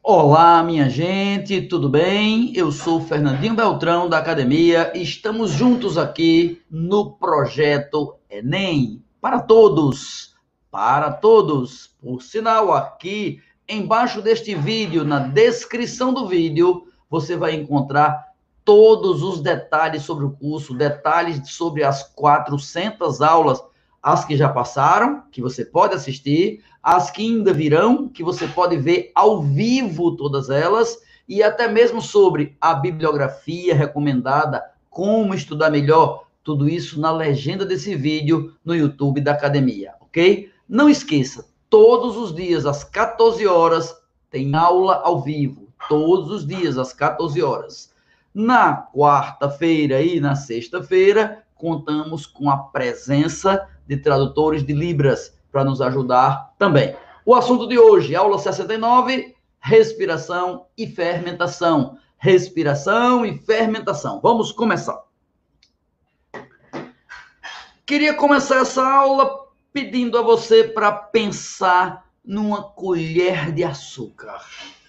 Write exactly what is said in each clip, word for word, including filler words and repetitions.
Olá, minha gente, tudo bem? Eu sou Fernandinho Beltrão da academia e estamos juntos aqui no projeto Enem para todos, para todos. Por sinal, aqui embaixo deste vídeo, na descrição do vídeo, você vai encontrar todos os detalhes sobre o curso, detalhes sobre as quatrocentas aulas, as que já passaram, que você pode assistir, as que ainda virão, que você pode ver ao vivo todas elas, e até mesmo sobre a bibliografia recomendada, como estudar melhor, tudo isso na legenda desse vídeo no YouTube da academia, ok? Não esqueça, todos os dias às quatorze horas tem aula ao vivo, todos os dias às quatorze horas. Na quarta-feira e na sexta-feira, contamos com a presença de tradutores de Libras para nos ajudar também. O assunto de hoje, aula sessenta e nove, respiração e fermentação. Respiração e fermentação. Vamos começar. Queria começar essa aula pedindo a você para pensar numa colher de açúcar.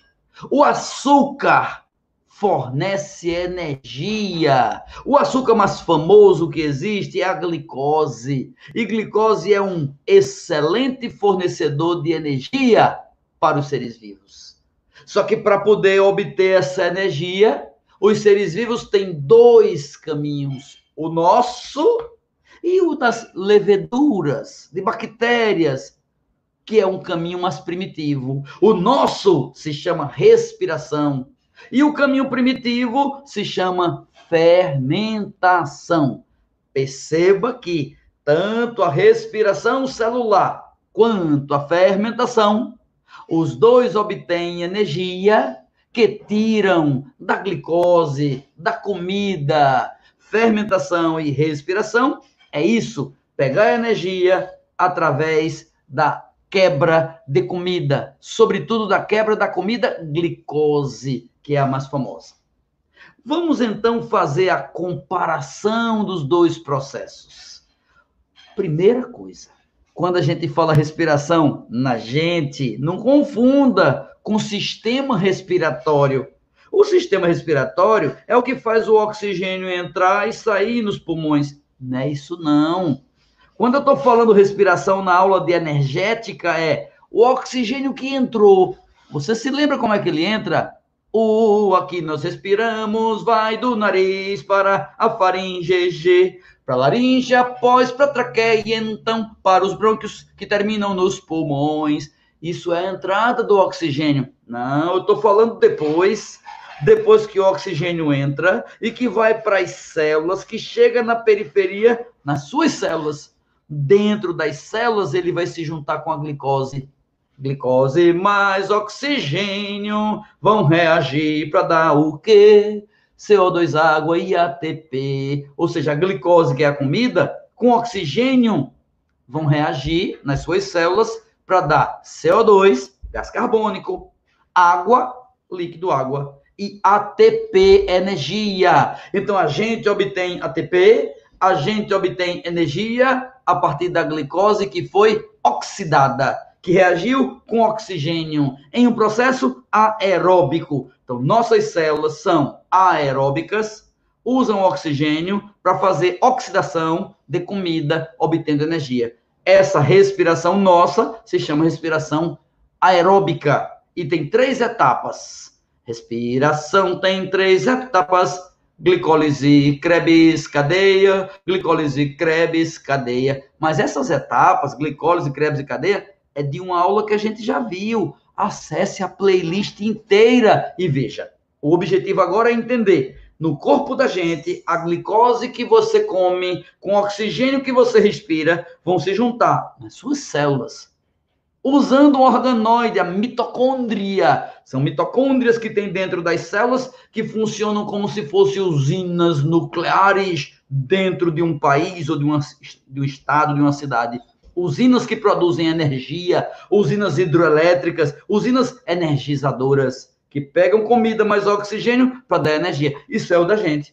O açúcar fornece energia. O açúcar mais famoso que existe é a glicose. E glicose é um excelente fornecedor de energia para os seres vivos. Só que para poder obter essa energia, os seres vivos têm dois caminhos. O nosso e o das leveduras, de bactérias, que é um caminho mais primitivo. O nosso se chama respiração. E o caminho primitivo se chama fermentação. Perceba que tanto a respiração celular quanto a fermentação, os dois obtêm energia que tiram da glicose, da comida. Fermentação e respiração é isso, pegar energia através da quebra de comida, sobretudo da quebra da comida glicose, que é a mais famosa. Vamos então fazer a comparação dos dois processos. Primeira coisa, quando a gente fala respiração na gente, não confunda com sistema respiratório. O sistema respiratório é o que faz o oxigênio entrar e sair nos pulmões. Não é isso não. Quando eu estou falando respiração na aula de energética, é o oxigênio que entrou. Você se lembra como é que ele entra? O aqui nós respiramos, vai do nariz para a faringe, G, para a laringe, após para a traqueia, e então para os brônquios que terminam nos pulmões. Isso é a entrada do oxigênio. Não, eu estou falando depois, depois que o oxigênio entra e que vai para as células, que chega na periferia, nas suas células. Dentro das células, ele vai se juntar com a glicose. Glicose mais oxigênio vão reagir para dar o quê? C O dois, água e A T P. Ou seja, a glicose, que é a comida, com oxigênio vão reagir nas suas células para dar C O dois, gás carbônico, água, líquido água, e A T P, energia. Então, a gente obtém A T P, a gente obtém energia a partir da glicose que foi oxidada, que reagiu com oxigênio em um processo aeróbico. Então, nossas células são aeróbicas, usam oxigênio para fazer oxidação de comida, obtendo energia. Essa respiração nossa se chama respiração aeróbica e tem três etapas. Respiração tem três etapas: glicólise, Krebs, cadeia, glicólise, Krebs, cadeia. Mas essas etapas, glicólise, Krebs e cadeia, é de uma aula que a gente já viu. Acesse a playlist inteira e veja. O objetivo agora é entender. No corpo da gente, a glicose que você come com o oxigênio que você respira vão se juntar nas suas células, usando um organoide, a mitocôndria. São mitocôndrias que tem dentro das células que funcionam como se fossem usinas nucleares dentro de um país ou de, uma, de um estado, de uma cidade. Usinas que produzem energia, usinas hidroelétricas, usinas energizadoras, que pegam comida mais oxigênio para dar energia. Isso é o da gente.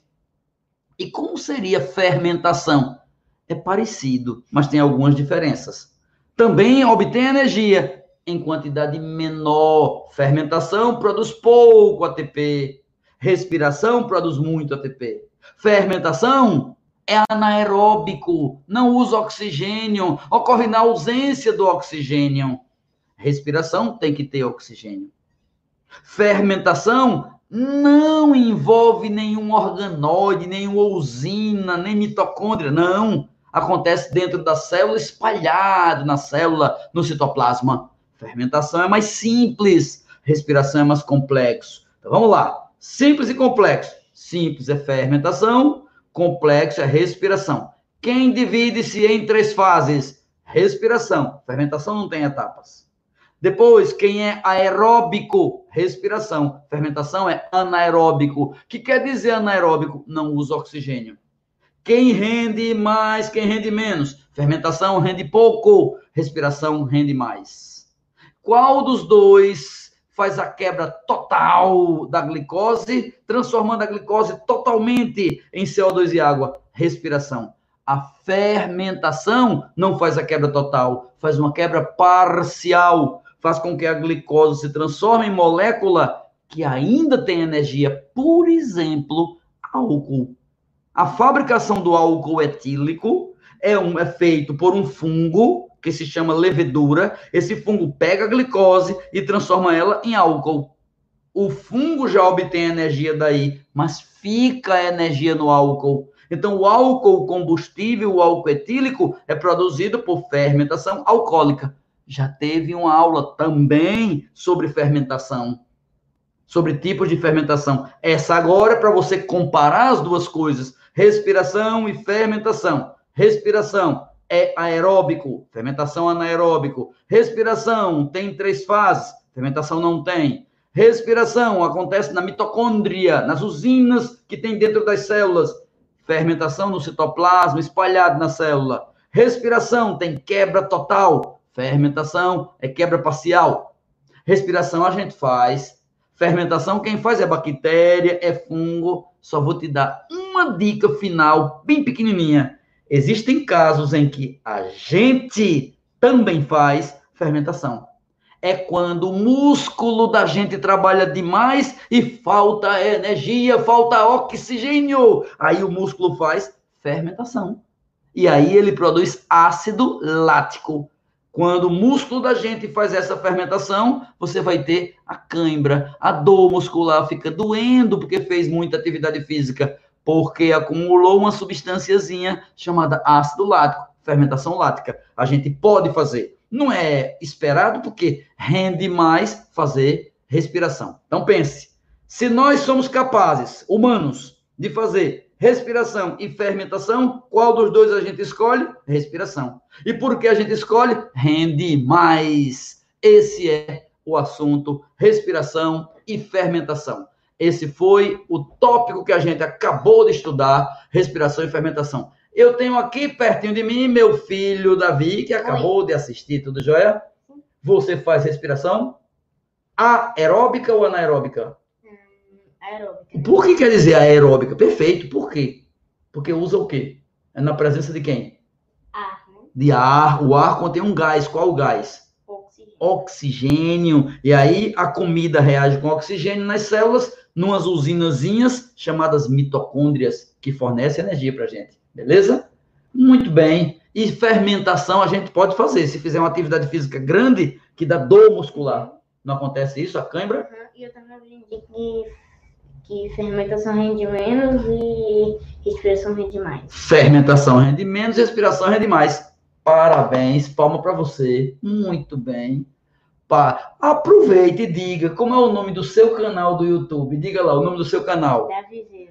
E como seria fermentação? É parecido, mas tem algumas diferenças. Também obtém energia, em quantidade menor. Fermentação produz pouco A T P. Respiração produz muito A T P. Fermentação é anaeróbico, não usa oxigênio, ocorre na ausência do oxigênio. Respiração tem que ter oxigênio. Fermentação não envolve nenhum organoide, nenhuma usina, nem mitocôndria, não. Acontece dentro da célula, espalhado na célula, no citoplasma. Fermentação é mais simples, respiração é mais complexo. Então vamos lá, simples e complexo. Simples é fermentação, complexo é respiração. Quem divide-se em três fases? Respiração. Fermentação não tem etapas. Depois, quem é aeróbico? Respiração. Fermentação é anaeróbico. O que quer dizer anaeróbico? Não usa oxigênio. Quem rende mais, quem rende menos? Fermentação rende pouco, respiração rende mais. Qual dos dois faz a quebra total da glicose, transformando a glicose totalmente em C O dois e água? Respiração. A fermentação não faz a quebra total, faz uma quebra parcial, faz com que a glicose se transforme em molécula que ainda tem energia, por exemplo, álcool. A fabricação do álcool etílico é, um, é feito por um fungo que se chama levedura. Esse fungo pega a glicose e transforma ela em álcool. O fungo já obtém energia daí, mas fica a energia no álcool. Então, o álcool combustível, o álcool etílico, é produzido por fermentação alcoólica. Já teve uma aula também sobre fermentação, sobre tipos de fermentação. Essa agora é para você comparar as duas coisas, respiração e fermentação. Respiração é aeróbico, fermentação anaeróbico. Respiração tem três fases, fermentação não tem. Respiração acontece na mitocôndria, nas usinas que tem dentro das células. Fermentação no citoplasma, espalhado na célula. Respiração tem quebra total. Fermentação é quebra parcial. Respiração a gente faz. Fermentação quem faz é bactéria, é fungo. Só vou te dar uma dica final, bem pequenininha. Existem casos em que a gente também faz fermentação. É quando o músculo da gente trabalha demais e falta energia, falta oxigênio. Aí o músculo faz fermentação. E aí ele produz ácido lático. Quando o músculo da gente faz essa fermentação, você vai ter a cãibra, a dor muscular, fica doendo porque fez muita atividade física, porque acumulou uma substânciazinha chamada ácido lático, fermentação lática. A gente pode fazer. Não é esperado porque rende mais fazer respiração. Então pense, se nós somos capazes, humanos, de fazer respiração e fermentação, qual dos dois a gente escolhe? Respiração. E por que a gente escolhe? Rende mais. Esse é o assunto, respiração e fermentação. Esse foi o tópico que a gente acabou de estudar, respiração e fermentação. Eu tenho aqui pertinho de mim meu filho Davi, que acabou Oi. de assistir, tudo jóia? Você faz respiração aeróbica ou anaeróbica? Aeróbica. Por que quer dizer aeróbica? Perfeito. Por quê? Porque usa o quê? É na presença de quem? Ar, né? De ar. O ar contém um gás. Qual o gás? Oxigênio. Oxigênio. E aí a comida reage com oxigênio nas células, numas usinazinhas chamadas mitocôndrias, que fornecem energia pra gente. Beleza? Muito bem. E fermentação a gente pode fazer. Se fizer uma atividade física grande, que dá dor muscular. Não acontece isso? A cãibra? Uhum. E eu também aprendi que, que fermentação rende menos e respiração rende mais. Fermentação rende menos, respiração rende mais. Parabéns, palma para você. Muito bem. Pa... Aproveite e diga como é o nome do seu canal do YouTube. Diga lá o nome do seu canal. Davizeira.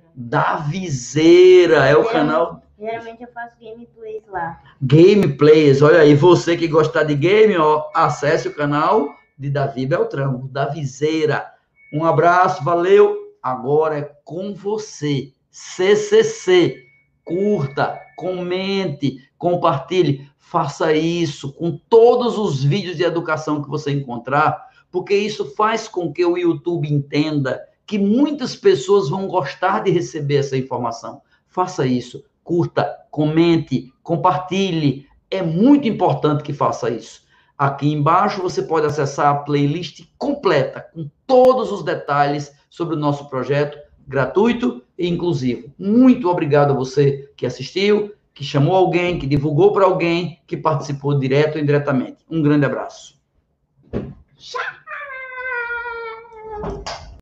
Davizeira, é o Geralmente, canal... Geralmente eu faço gameplays lá. Gameplays, olha aí, você que gostar de game, ó, acesse o canal de Davi Beltrão, Davizeira. Um abraço, valeu. Agora é com você. C C C. Curta, comente, compartilhe. Faça isso com todos os vídeos de educação que você encontrar, porque isso faz com que o YouTube entenda que muitas pessoas vão gostar de receber essa informação. Faça isso. Curta, comente, compartilhe. É muito importante que faça isso. Aqui embaixo você pode acessar a playlist completa, com todos os detalhes sobre o nosso projeto, gratuito e inclusivo. Muito obrigado a você que assistiu, que chamou alguém, que divulgou para alguém, que participou direto ou indiretamente. Um grande abraço. Tchau!